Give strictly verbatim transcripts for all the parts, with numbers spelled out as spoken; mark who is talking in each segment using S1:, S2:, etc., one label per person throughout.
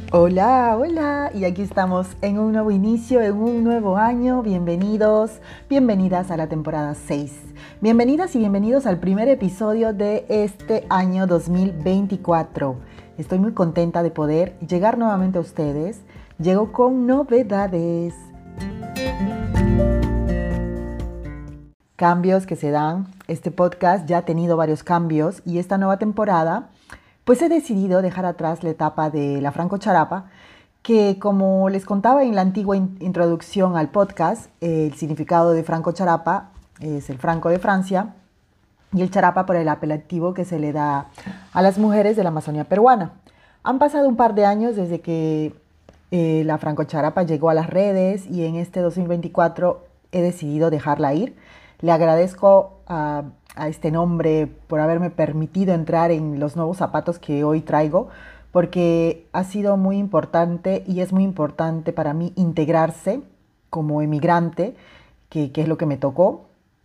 S1: Hola, hola, y aquí estamos en un nuevo inicio, en un nuevo año. Bienvenidos, bienvenidas a la temporada seis. Bienvenidas y bienvenidos al primer episodio de este año dos mil veinticuatro. Estoy muy contenta de poder llegar nuevamente a ustedes. Llego con novedades. Cambios que se dan. Este podcast ya ha tenido varios cambios y esta nueva temporada pues he decidido dejar atrás la etapa de la Franco Charapa, que como les contaba en la antigua in- introducción al podcast, eh, el significado de Franco Charapa es el Franco de Francia y el Charapa por el apelativo que se le da a las mujeres de la Amazonía peruana. Han pasado un par de años desde que eh, la Franco Charapa llegó a las redes y en este dos mil veinticuatro he decidido dejarla ir. Le agradezco a, a este nombre por haberme permitido entrar en los nuevos zapatos que hoy traigo, porque ha sido muy importante y es muy importante para mí integrarse como emigrante, que, que es lo que me tocó,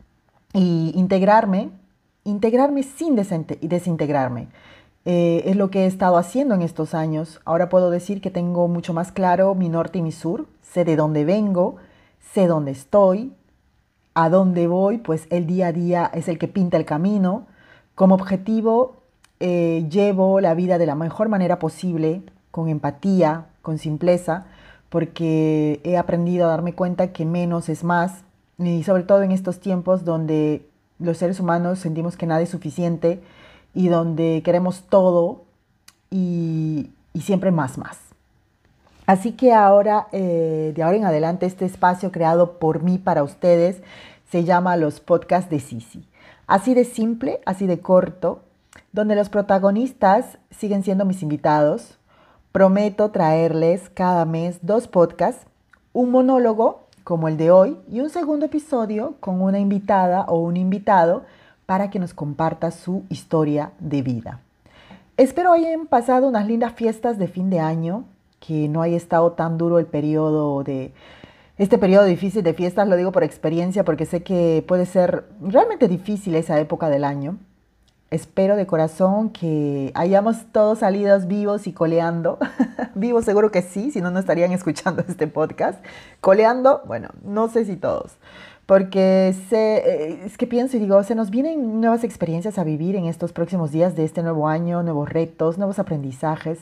S1: y integrarme, integrarme sin desintegrarme. Eh, es lo que he estado haciendo en estos años. Ahora puedo decir que tengo mucho más claro mi norte y mi sur, sé de dónde vengo, sé dónde estoy, a dónde voy, pues el día a día es el que pinta el camino. Como objetivo, eh, llevo la vida de la mejor manera posible, con empatía, con simpleza, porque he aprendido a darme cuenta que menos es más, y sobre todo en estos tiempos donde los seres humanos sentimos que nada es suficiente y donde queremos todo y, y siempre más, más. Así que ahora, eh, de ahora en adelante, este espacio creado por mí para ustedes se llama los podcasts de Sisi. Así de simple, así de corto, donde los protagonistas siguen siendo mis invitados. Prometo traerles cada mes dos podcasts, un monólogo como el de hoy y un segundo episodio con una invitada o un invitado para que nos comparta su historia de vida. Espero hayan pasado unas lindas fiestas de fin de año, que no haya estado tan duro el periodo de este periodo difícil de fiestas, lo digo por experiencia porque sé que puede ser realmente difícil esa época del año. Espero de corazón que hayamos todos salidos vivos y coleando. Vivos seguro que sí, si no, no estarían escuchando este podcast. Coleando, bueno, no sé si todos. Porque sé, eh, es que pienso y digo, se nos vienen nuevas experiencias a vivir en estos próximos días de este nuevo año, nuevos retos, nuevos aprendizajes.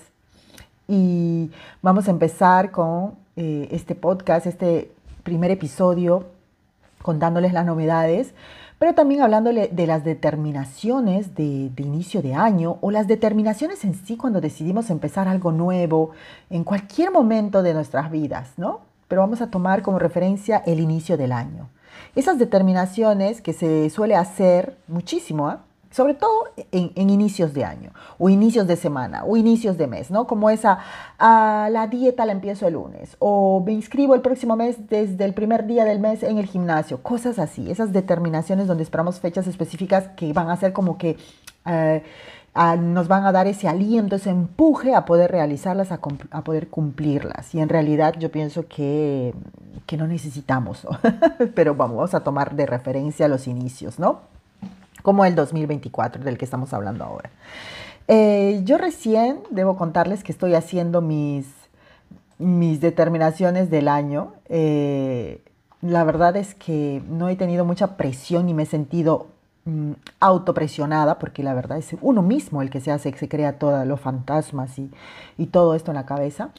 S1: Y vamos a empezar con eh, este podcast, este primer episodio, contándoles las novedades, pero también hablándole de las determinaciones de, de inicio de año o las determinaciones en sí cuando decidimos empezar algo nuevo en cualquier momento de nuestras vidas, ¿no? Pero vamos a tomar como referencia el inicio del año. Esas determinaciones que se suele hacer muchísimo, ¿eh? Sobre todo en, en inicios de año, o inicios de semana, o inicios de mes, ¿no? Como esa, a la dieta la empiezo el lunes, o me inscribo el próximo mes desde el primer día del mes en el gimnasio, cosas así, esas determinaciones donde esperamos fechas específicas que van a ser como que eh, a, nos van a dar ese aliento, ese empuje a poder realizarlas, a, a poder cumplirlas. Y en realidad yo pienso que, que no necesitamos, ¿no? Pero vamos a tomar de referencia los inicios, ¿no? Como el dos mil veinticuatro del que estamos hablando ahora. Eh, yo recién debo contarles que estoy haciendo mis, mis determinaciones del año. Eh, la verdad es que no he tenido mucha presión ni me he sentido mm, autopresionada, porque la verdad es uno mismo el que se hace, que se crea todos los fantasmas y, y todo esto en la cabeza.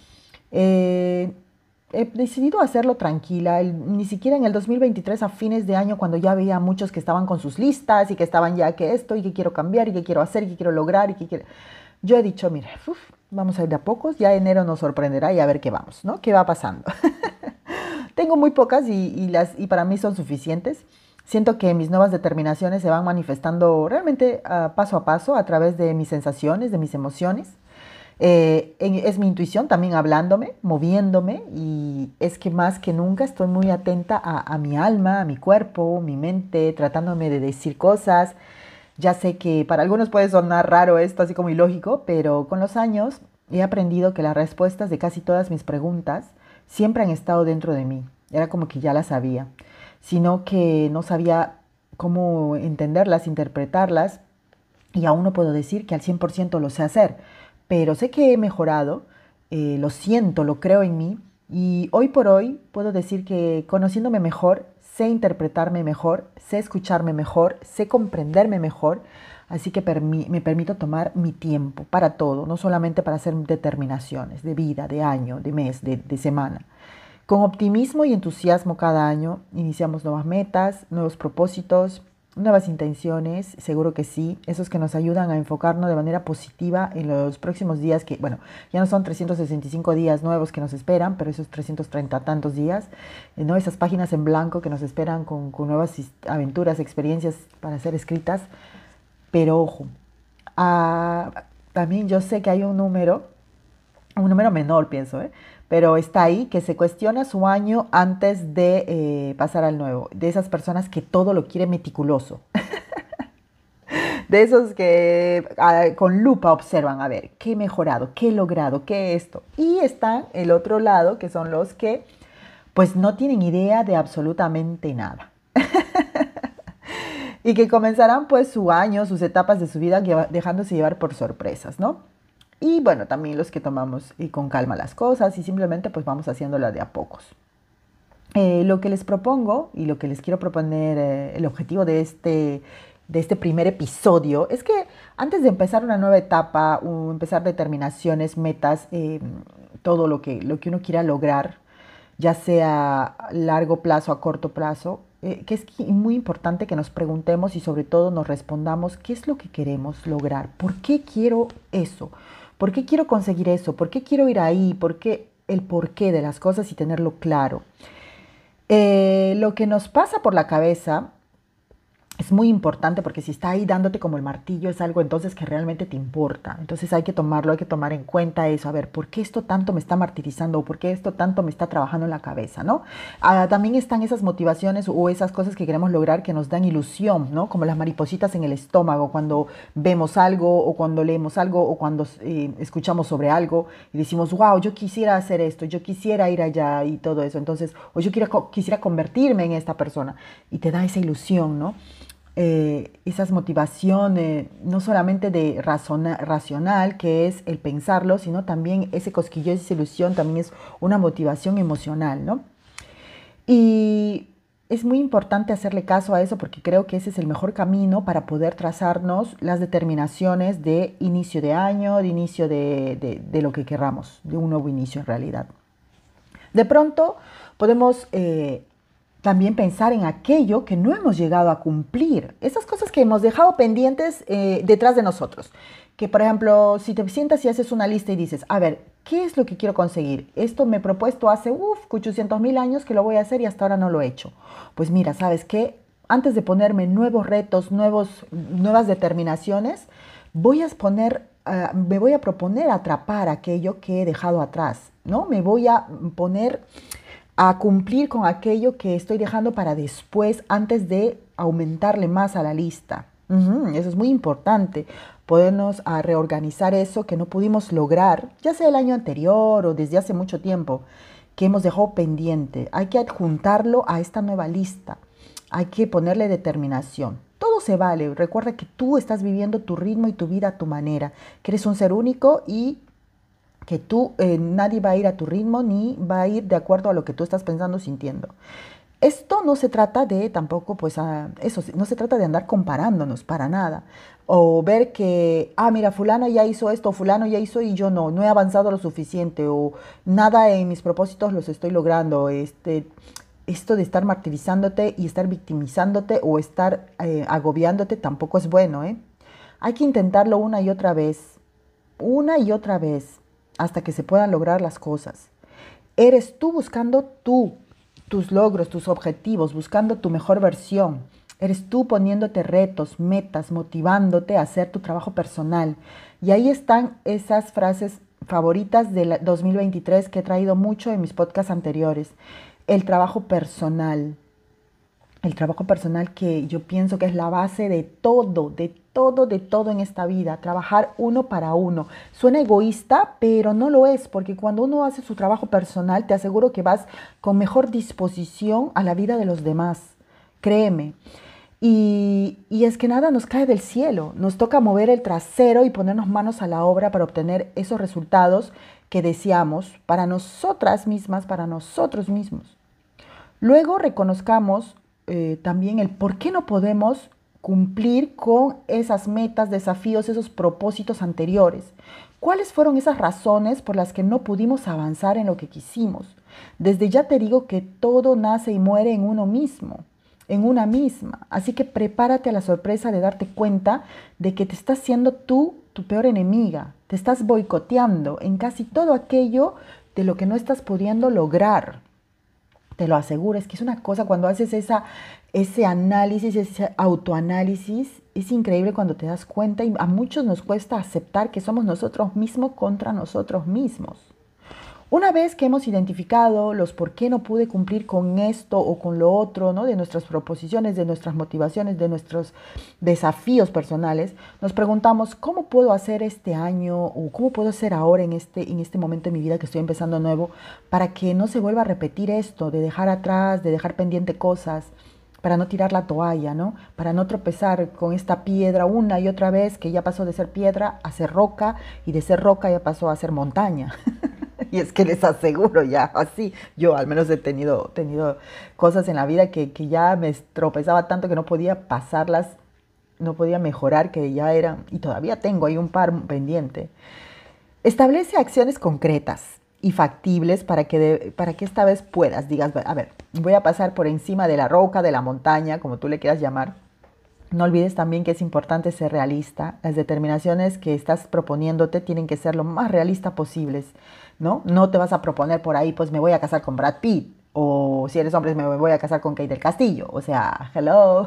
S1: Eh, He decidido hacerlo tranquila, el, ni siquiera en el dos mil veintitrés a fines de año cuando ya veía a muchos que estaban con sus listas y que estaban ya que esto y que quiero cambiar y que quiero hacer y que quiero lograr y que quiero... Yo he dicho, mire, uf, vamos a ir de a pocos, ya enero nos sorprenderá y a ver qué vamos, ¿no? ¿Qué va pasando? Tengo muy pocas y, y, las, y para mí son suficientes. Siento que mis nuevas determinaciones se van manifestando realmente uh, paso a paso a través de mis sensaciones, de mis emociones. Eh, es mi intuición también hablándome, moviéndome y es que más que nunca estoy muy atenta a, a mi alma, a mi cuerpo, mi mente, tratándome de decir cosas. Ya sé que para algunos puede sonar raro esto, así como ilógico, pero con los años he aprendido que las respuestas de casi todas mis preguntas siempre han estado dentro de mí. Era como que ya las sabía, sino que no sabía cómo entenderlas, interpretarlas y aún no puedo decir que al cien por ciento lo sé hacer, pero sé que he mejorado eh, lo siento, lo creo en mí. Y hoy por hoy puedo decir que conociéndome mejor, sé interpretarme mejor, sé escucharme mejor, sé comprenderme mejor. Así que permi me permito tomar mi tiempo para todo, no solamente para hacer determinaciones de vida, de año, de mes, de, de semana. Con optimismo y entusiasmo cada año iniciamos nuevas metas, nuevos propósitos, nuevas intenciones, seguro que sí, esos que nos ayudan a enfocarnos de manera positiva en los próximos días, que bueno, ya no son trescientos sesenta y cinco días nuevos que nos esperan, pero esos trescientos treinta tantos días, ¿no? Esas páginas en blanco que nos esperan con, con nuevas aventuras, experiencias para ser escritas. Pero ojo, ah, también yo sé que hay un número, un número menor pienso, ¿eh? Pero está ahí, que se cuestiona su año antes de eh, pasar al nuevo. De esas personas que todo lo quieren meticuloso. De esos que ah, con lupa observan, a ver, qué he mejorado, qué he logrado, qué esto. Y está el otro lado, que son los que pues no tienen idea de absolutamente nada. Y que comenzarán pues su año, sus etapas de su vida dejándose llevar por sorpresas, ¿no? Y bueno, también los que tomamos y con calma las cosas y simplemente pues vamos haciéndolas de a pocos. Eh, lo que les propongo y lo que les quiero proponer, eh, el objetivo de este, de este primer episodio, es que antes de empezar una nueva etapa, o empezar determinaciones, metas, eh, todo lo que, lo que uno quiera lograr, ya sea a largo plazo, a corto plazo, eh, que es muy importante que nos preguntemos y sobre todo nos respondamos qué es lo que queremos lograr, por qué quiero eso, por qué quiero conseguir eso, por qué quiero ir ahí, por qué, el porqué de las cosas y tenerlo claro. Eh, lo que nos pasa por la cabeza es muy importante porque si está ahí dándote como el martillo es algo entonces que realmente te importa. Entonces hay que tomarlo, hay que tomar en cuenta eso. A ver, ¿por qué esto tanto me está martirizando? ¿O por qué esto tanto me está trabajando en la cabeza? ¿No? Ah, también están esas motivaciones o esas cosas que queremos lograr que nos dan ilusión, ¿no? Como las maripositas en el estómago cuando vemos algo o cuando leemos algo o cuando eh, escuchamos sobre algo y decimos, wow, yo quisiera hacer esto, yo quisiera ir allá y todo eso. Entonces, o yo quiera, quisiera convertirme en esta persona y te da esa ilusión, ¿no? Eh, esas motivaciones, no solamente de razona, racional, que es el pensarlo, sino también ese cosquilleo, esa ilusión, también es una motivación emocional, ¿no? Y es muy importante hacerle caso a eso porque creo que ese es el mejor camino para poder trazarnos las determinaciones de inicio de año, de inicio de, de, de lo que querramos, de un nuevo inicio en realidad. De pronto podemos eh, también pensar en aquello que no hemos llegado a cumplir, esas cosas que hemos dejado pendientes eh, detrás de nosotros. Que por ejemplo, si te sientas y haces una lista y dices, a ver, ¿qué es lo que quiero conseguir? Esto me he propuesto hace, uff, ochocientos mil años que lo voy a hacer y hasta ahora no lo he hecho. Pues mira, ¿sabes qué? Antes de ponerme nuevos retos, nuevos, nuevas determinaciones, voy a poner, uh, me voy a proponer atrapar aquello que he dejado atrás, ¿no? Me voy a poner a cumplir con aquello que estoy dejando para después, antes de aumentarle más a la lista. Uh-huh, eso es muy importante, podernos a reorganizar eso que no pudimos lograr, ya sea el año anterior o desde hace mucho tiempo, que hemos dejado pendiente. Hay que adjuntarlo a esta nueva lista, hay que ponerle determinación. Todo se vale, recuerda que tú estás viviendo tu ritmo y tu vida a tu manera, que eres un ser único y que tú, eh, nadie va a ir a tu ritmo ni va a ir de acuerdo a lo que tú estás pensando, sintiendo. Esto no se trata de tampoco, pues, a, eso, no se trata de andar comparándonos para nada. O ver que, ah, mira, fulano ya hizo esto, fulano ya hizo y yo no, no he avanzado lo suficiente, o nada en mis propósitos los estoy logrando. Este, esto de estar martirizándote y estar victimizándote o estar eh, agobiándote tampoco es bueno, ¿eh? Hay que intentarlo una y otra vez, una y otra vez, hasta que se puedan lograr las cosas. Eres tú buscando tú, tus logros, tus objetivos, buscando tu mejor versión. Eres tú poniéndote retos, metas, motivándote a hacer tu trabajo personal. Y ahí están esas frases favoritas del dos mil veintitrés que he traído mucho en mis podcasts anteriores. El trabajo personal. El trabajo personal que yo pienso que es la base de todo, de todo, de todo en esta vida. Trabajar uno para uno. Suena egoísta, pero no lo es, porque cuando uno hace su trabajo personal, te aseguro que vas con mejor disposición a la vida de los demás. Créeme. Y, y es que nada nos cae del cielo. Nos toca mover el trasero y ponernos manos a la obra para obtener esos resultados que deseamos para nosotras mismas, para nosotros mismos. Luego reconozcamos eh, también el por qué no podemos cumplir con esas metas, desafíos, esos propósitos anteriores. ¿Cuáles fueron esas razones por las que no pudimos avanzar en lo que quisimos? Desde ya te digo que todo nace y muere en uno mismo, en una misma. Así que prepárate a la sorpresa de darte cuenta de que te estás siendo tú tu peor enemiga. Te estás boicoteando en casi todo aquello de lo que no estás pudiendo lograr. Te lo aseguro, es que es una cosa cuando haces esa, ese análisis, ese autoanálisis, es increíble cuando te das cuenta y a muchos nos cuesta aceptar que somos nosotros mismos contra nosotros mismos. Una vez que hemos identificado los por qué no pude cumplir con esto o con lo otro, ¿no? De nuestras proposiciones, de nuestras motivaciones, de nuestros desafíos personales, nos preguntamos cómo puedo hacer este año o cómo puedo hacer ahora en este, en este momento de mi vida que estoy empezando nuevo para que no se vuelva a repetir esto, de dejar atrás, de dejar pendiente cosas, para no tirar la toalla, ¿no? Para no tropezar con esta piedra una y otra vez que ya pasó de ser piedra a ser roca y de ser roca ya pasó a ser montaña. Y es que les aseguro ya, así, yo al menos he tenido, tenido cosas en la vida que, que ya me tropezaba tanto que no podía pasarlas, no podía mejorar, que ya eran, y todavía tengo ahí un par pendiente. Establece acciones concretas y factibles para que, de, para que esta vez puedas, digas, a ver, voy a pasar por encima de la roca, de la montaña, como tú le quieras llamar. No olvides también que es importante ser realista. Las determinaciones que estás proponiéndote tienen que ser lo más realistas posibles, ¿no? No te vas a proponer por ahí, pues me voy a casar con Brad Pitt, o si eres hombre, me voy a casar con Kate del Castillo. O sea, hello.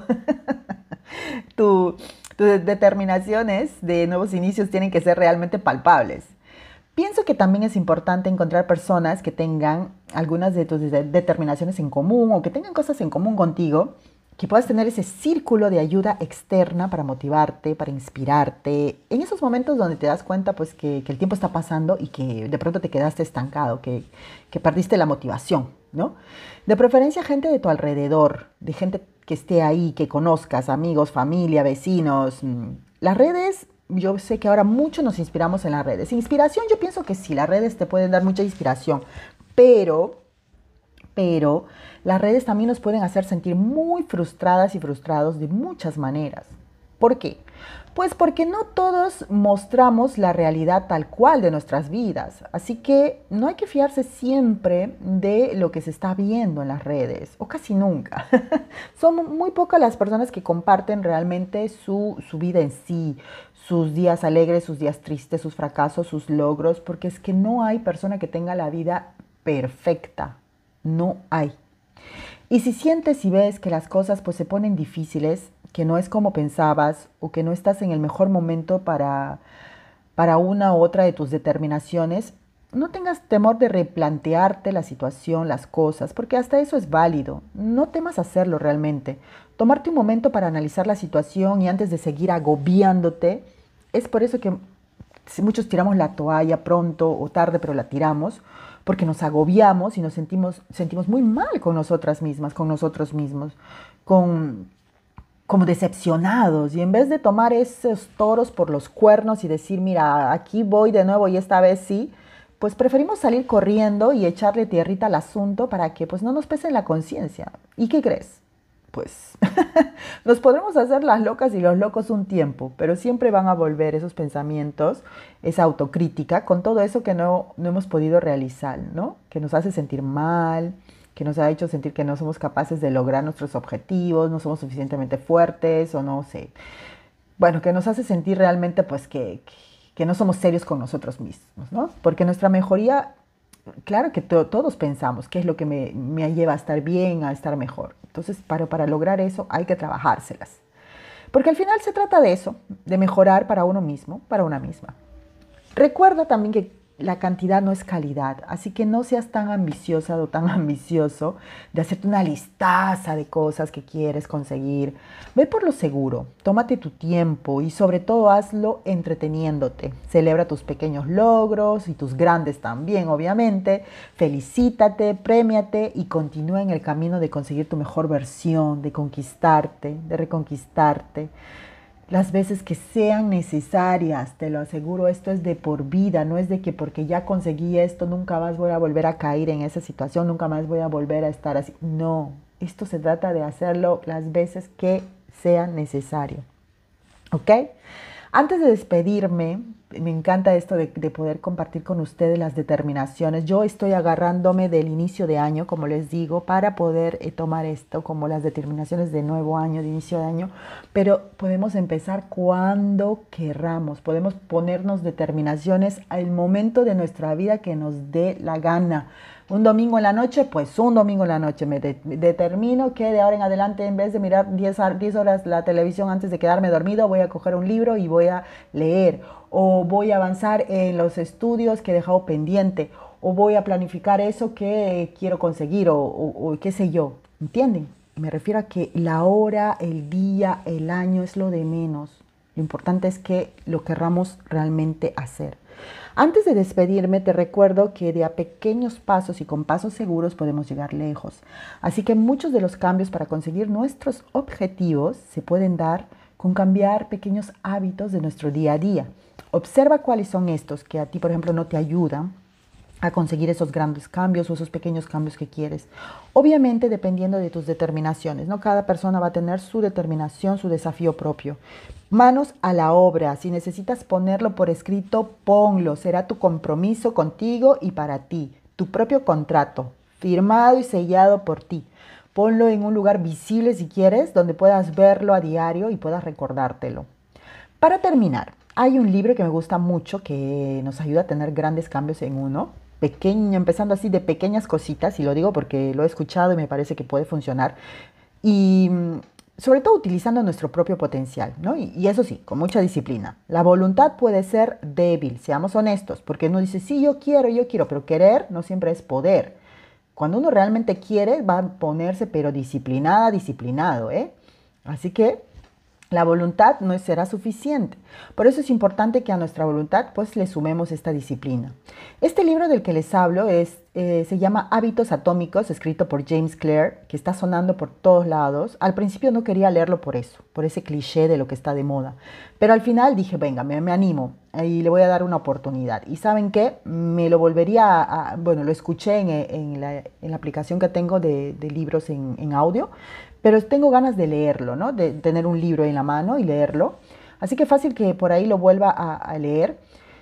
S1: tu, tus determinaciones de nuevos inicios tienen que ser realmente palpables. Pienso que también es importante encontrar personas que tengan algunas de tus determinaciones en común o que tengan cosas en común contigo, que puedas tener ese círculo de ayuda externa para motivarte, para inspirarte, en esos momentos donde te das cuenta pues, que, que el tiempo está pasando y que de pronto te quedaste estancado, que, que perdiste la motivación, ¿no? De preferencia gente de tu alrededor, de gente que esté ahí, que conozcas, amigos, familia, vecinos. Las redes, yo sé que ahora mucho nos inspiramos en las redes. Inspiración, yo pienso que sí, las redes te pueden dar mucha inspiración, pero... Pero las redes también nos pueden hacer sentir muy frustradas y frustrados de muchas maneras. ¿Por qué? Pues porque no todos mostramos la realidad tal cual de nuestras vidas. Así que no hay que fiarse siempre de lo que se está viendo en las redes, o casi nunca. Son muy pocas las personas que comparten realmente su, su vida en sí, sus días alegres, sus días tristes, sus fracasos, sus logros, porque es que no hay persona que tenga la vida perfecta. No hay. Y si sientes y ves que las cosas pues se ponen difíciles, que no es como pensabas o que no estás en el mejor momento para, para una u otra de tus determinaciones, no tengas temor de replantearte la situación, las cosas, porque hasta eso es válido. No temas hacerlo realmente. Tomarte un momento para analizar la situación y antes de seguir agobiándote, es por eso que muchos tiramos la toalla pronto o tarde, pero la tiramos, porque nos agobiamos y nos sentimos, sentimos muy mal con nosotras mismas, con nosotros mismos, con, como decepcionados. Y en vez de tomar esos toros por los cuernos y decir, mira, aquí voy de nuevo y esta vez sí, pues preferimos salir corriendo y echarle tierrita al asunto para que pues no nos pese en la conciencia. ¿Y qué crees? Pues nos podremos hacer las locas y los locos un tiempo, pero siempre van a volver esos pensamientos, esa autocrítica, con todo eso que no, no hemos podido realizar, ¿no? Que nos hace sentir mal, que nos ha hecho sentir que no somos capaces de lograr nuestros objetivos, no somos suficientemente fuertes o no sé. Bueno, que nos hace sentir realmente pues que, que no somos serios con nosotros mismos, ¿no? Porque nuestra mejoría, claro que to- todos pensamos qué es lo que me, me lleva a estar bien, a estar mejor. Entonces, para, para lograr eso hay que trabajárselas. Porque al final se trata de eso, de mejorar para uno mismo, para una misma. Recuerda también que la cantidad no es calidad, así que no seas tan ambiciosa o tan ambicioso de hacerte una listaza de cosas que quieres conseguir. Ve por lo seguro, tómate tu tiempo y sobre todo hazlo entreteniéndote. Celebra tus pequeños logros y tus grandes también, obviamente. Felicítate, premiate y continúa en el camino de conseguir tu mejor versión, de conquistarte, de reconquistarte. las veces que sean necesarias, te lo aseguro, esto es de por vida, no es de que porque ya conseguí esto, nunca más voy a volver a caer en esa situación, nunca más voy a volver a estar así. No, esto se trata de hacerlo las veces que sea necesario. ¿Ok? Antes de despedirme, me encanta esto de, de poder compartir con ustedes las determinaciones. Yo estoy agarrándome del inicio de año, como les digo, para poder eh, tomar esto como las determinaciones de nuevo año, de inicio de año, pero podemos empezar cuando querramos, podemos ponernos determinaciones al momento de nuestra vida que nos dé la gana. Un domingo en la noche, pues un domingo en la noche. Me, de, me determino que de ahora en adelante, en vez de mirar diez horas la televisión antes de quedarme dormido, voy a coger un libro y voy a leer. O voy a avanzar en los estudios que he dejado pendiente. O voy a planificar eso que quiero conseguir o, o, o qué sé yo. ¿Entienden? Me refiero a que la hora, el día, el año es lo de menos. Lo importante es que lo querramos realmente hacer. Antes de despedirme, te recuerdo que de a pequeños pasos y con pasos seguros podemos llegar lejos. Así que muchos de los cambios para conseguir nuestros objetivos se pueden dar con cambiar pequeños hábitos de nuestro día a día. Observa cuáles son estos que a ti, por ejemplo, no te ayudan a conseguir esos grandes cambios o esos pequeños cambios que quieres. Obviamente dependiendo de tus determinaciones, ¿no? Cada persona va a tener su determinación, su desafío propio. Manos a la obra. Si necesitas ponerlo por escrito, ponlo. Será tu compromiso contigo y para ti. Tu propio contrato, firmado y sellado por ti. Ponlo en un lugar visible si quieres, donde puedas verlo a diario y puedas recordártelo. Para terminar, hay un libro que me gusta mucho que nos ayuda a tener grandes cambios en uno. Pequeño, empezando así de pequeñas cositas, y lo digo porque lo he escuchado y me parece que puede funcionar. Y sobre todo utilizando nuestro propio potencial, ¿no? Y, y eso sí, con mucha disciplina. La voluntad puede ser débil, seamos honestos, porque uno dice, sí, yo quiero, yo quiero, pero querer no siempre es poder. Cuando uno realmente quiere, va a ponerse, pero disciplinada, disciplinado, ¿eh? Así que la voluntad no será suficiente. Por eso es importante que a nuestra voluntad pues le sumemos esta disciplina. Este libro del que les hablo es, eh, se llama Hábitos Atómicos, escrito por James Clear, que está sonando por todos lados. Al principio no quería leerlo por eso, por ese cliché de lo que está de moda. Pero al final dije, venga, me, me animo y le voy a dar una oportunidad. ¿Y saben qué? Me lo volvería a, a bueno, lo escuché en, en, la, en la aplicación que tengo de, de libros en, en audio, pero tengo ganas de leerlo, ¿no? De tener un libro en la mano y leerlo. Así que fácil que por ahí lo vuelva a, a leer.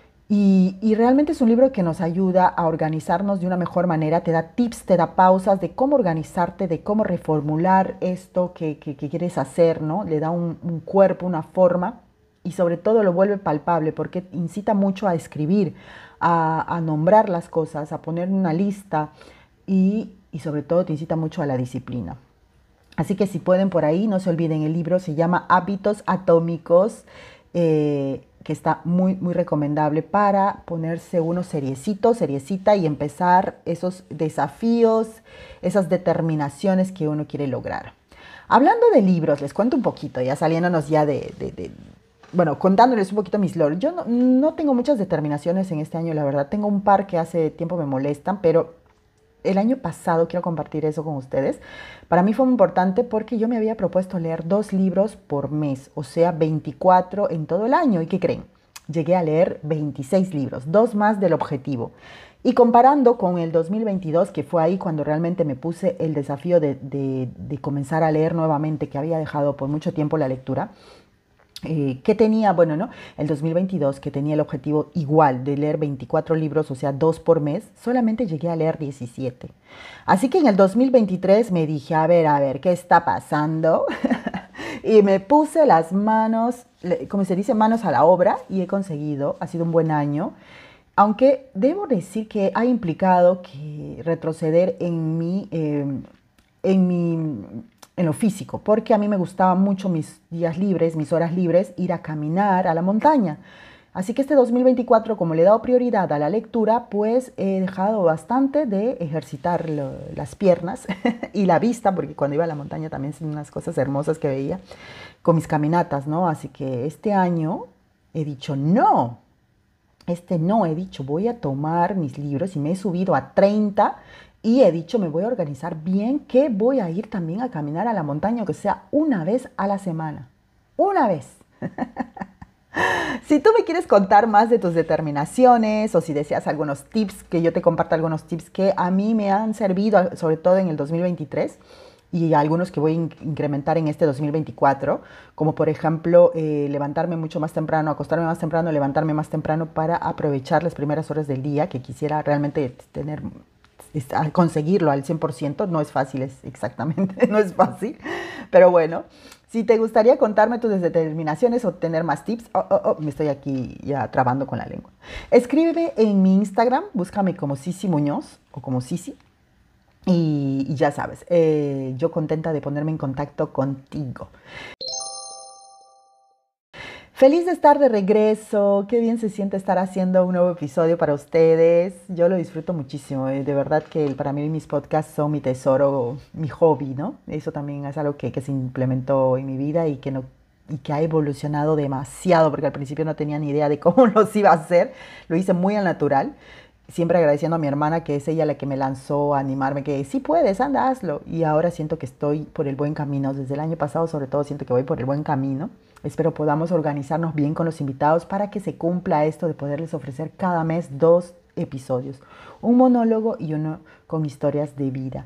S1: Y, y realmente es un libro que nos ayuda a organizarnos de una mejor manera, te da tips, te da pausas de cómo organizarte, de cómo reformular esto que, que, que quieres hacer, ¿no? Le da un, un cuerpo, una forma y sobre todo lo vuelve palpable porque incita mucho a escribir, a, a nombrar las cosas, a poner una lista y, y sobre todo te incita mucho a la disciplina. Así que si pueden por ahí, no se olviden, el libro se llama Hábitos Atómicos, eh, que está muy, muy recomendable para ponerse uno seriecito, seriecita y empezar esos desafíos, esas determinaciones que uno quiere lograr. Hablando de libros, les cuento un poquito, ya saliéndonos ya de, de, de bueno, contándoles un poquito mis logros. Yo no, no tengo muchas determinaciones en este año, la verdad. Tengo un par que hace tiempo me molestan, pero el año pasado, quiero compartir eso con ustedes, para mí fue muy importante porque yo me había propuesto leer dos libros por mes, o sea, veinticuatro en todo el año. ¿Y qué creen? Llegué a leer veintiséis libros, dos más del objetivo. Y comparando con el dos mil veintidós, que fue ahí cuando realmente me puse el desafío de, de, de comenzar a leer nuevamente, que había dejado por mucho tiempo la lectura, Eh, que tenía, bueno, ¿no? El dos mil veintidós, que tenía el objetivo igual de leer veinticuatro libros, o sea, dos por mes, solamente llegué a leer diecisiete. Así que en el dos mil veintitrés me dije, a ver, a ver, ¿qué está pasando? Y me puse las manos, como se dice, manos a la obra y he conseguido, ha sido un buen año. Aunque debo decir que ha implicado que retroceder en mi, eh, en mi en lo físico, porque a mí me gustaban mucho mis días libres, mis horas libres, ir a caminar a la montaña. Así que este dos mil veinticuatro, como le he dado prioridad a la lectura, pues he dejado bastante de ejercitar lo, las piernas y la vista, porque cuando iba a la montaña también son unas cosas hermosas que veía con mis caminatas, ¿no? Así que este año he dicho no, este no, he dicho voy a tomar mis libros y me he subido a treinta. Y he dicho, me voy a organizar bien, que voy a ir también a caminar a la montaña, aunque sea una vez a la semana. Una vez. Si tú me quieres contar más de tus determinaciones o si deseas algunos tips, que yo te comparta algunos tips que a mí me han servido, sobre todo en el dos mil veintitrés, y algunos que voy a incrementar en este dos mil veinticuatro, como por ejemplo eh, levantarme mucho más temprano, acostarme más temprano, levantarme más temprano para aprovechar las primeras horas del día, que quisiera realmente tener, conseguirlo al cien por ciento. No es fácil, es exactamente, no es fácil, pero bueno. Si te gustaría contarme tus determinaciones o tener más tips, oh, oh, oh, me estoy aquí ya trabando con la lengua. Escríbeme en mi Instagram, búscame como Sisi Muñoz o como Sisi. Y, y ya sabes, eh, yo contenta de ponerme en contacto contigo. Feliz de estar de regreso, qué bien se siente estar haciendo un nuevo episodio para ustedes. Yo lo disfruto muchísimo, eh. De verdad que para mí mis podcasts son mi tesoro, mi hobby, ¿no? Eso también es algo que, que se implementó en mi vida y que, no, y que ha evolucionado demasiado, porque al principio no tenía ni idea de cómo los iba a hacer, lo hice muy al natural. Siempre agradeciendo a mi hermana, que es ella la que me lanzó a animarme, que sí puedes, anda, hazlo. Y ahora siento que estoy por el buen camino. Desde el año pasado, sobre todo, siento que voy por el buen camino. Espero podamos organizarnos bien con los invitados para que se cumpla esto de poderles ofrecer cada mes dos episodios. Un monólogo y uno con historias de vida.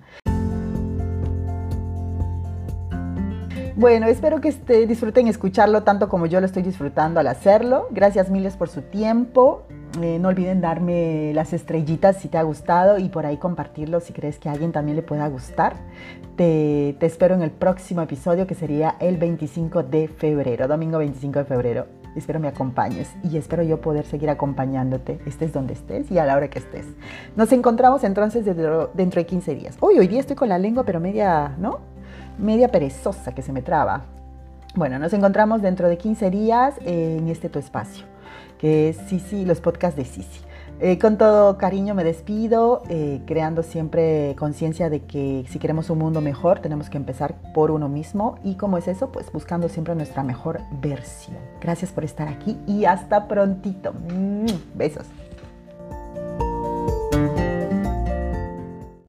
S1: Bueno, espero que este, disfruten escucharlo tanto como yo lo estoy disfrutando al hacerlo. Gracias miles por su tiempo. Eh, no olviden darme las estrellitas si te ha gustado y por ahí compartirlo si crees que a alguien también le pueda gustar. Te, te espero en el próximo episodio, que sería el veinticinco de febrero, domingo veinticinco de febrero. Espero me acompañes y espero yo poder seguir acompañándote, estés donde estés y a la hora que estés. Nos encontramos entonces dentro, dentro de quince días. Uy, hoy día estoy con la lengua pero media, ¿no? Media perezosa que se me traba. Bueno, nos encontramos dentro de quince días en este tu espacio, que es Sisi, los podcasts de Sisi. Eh, con todo cariño me despido, eh, creando siempre conciencia de que si queremos un mundo mejor, tenemos que empezar por uno mismo. ¿Y cómo es eso? Pues buscando siempre nuestra mejor versión. Gracias por estar aquí y hasta prontito. Besos.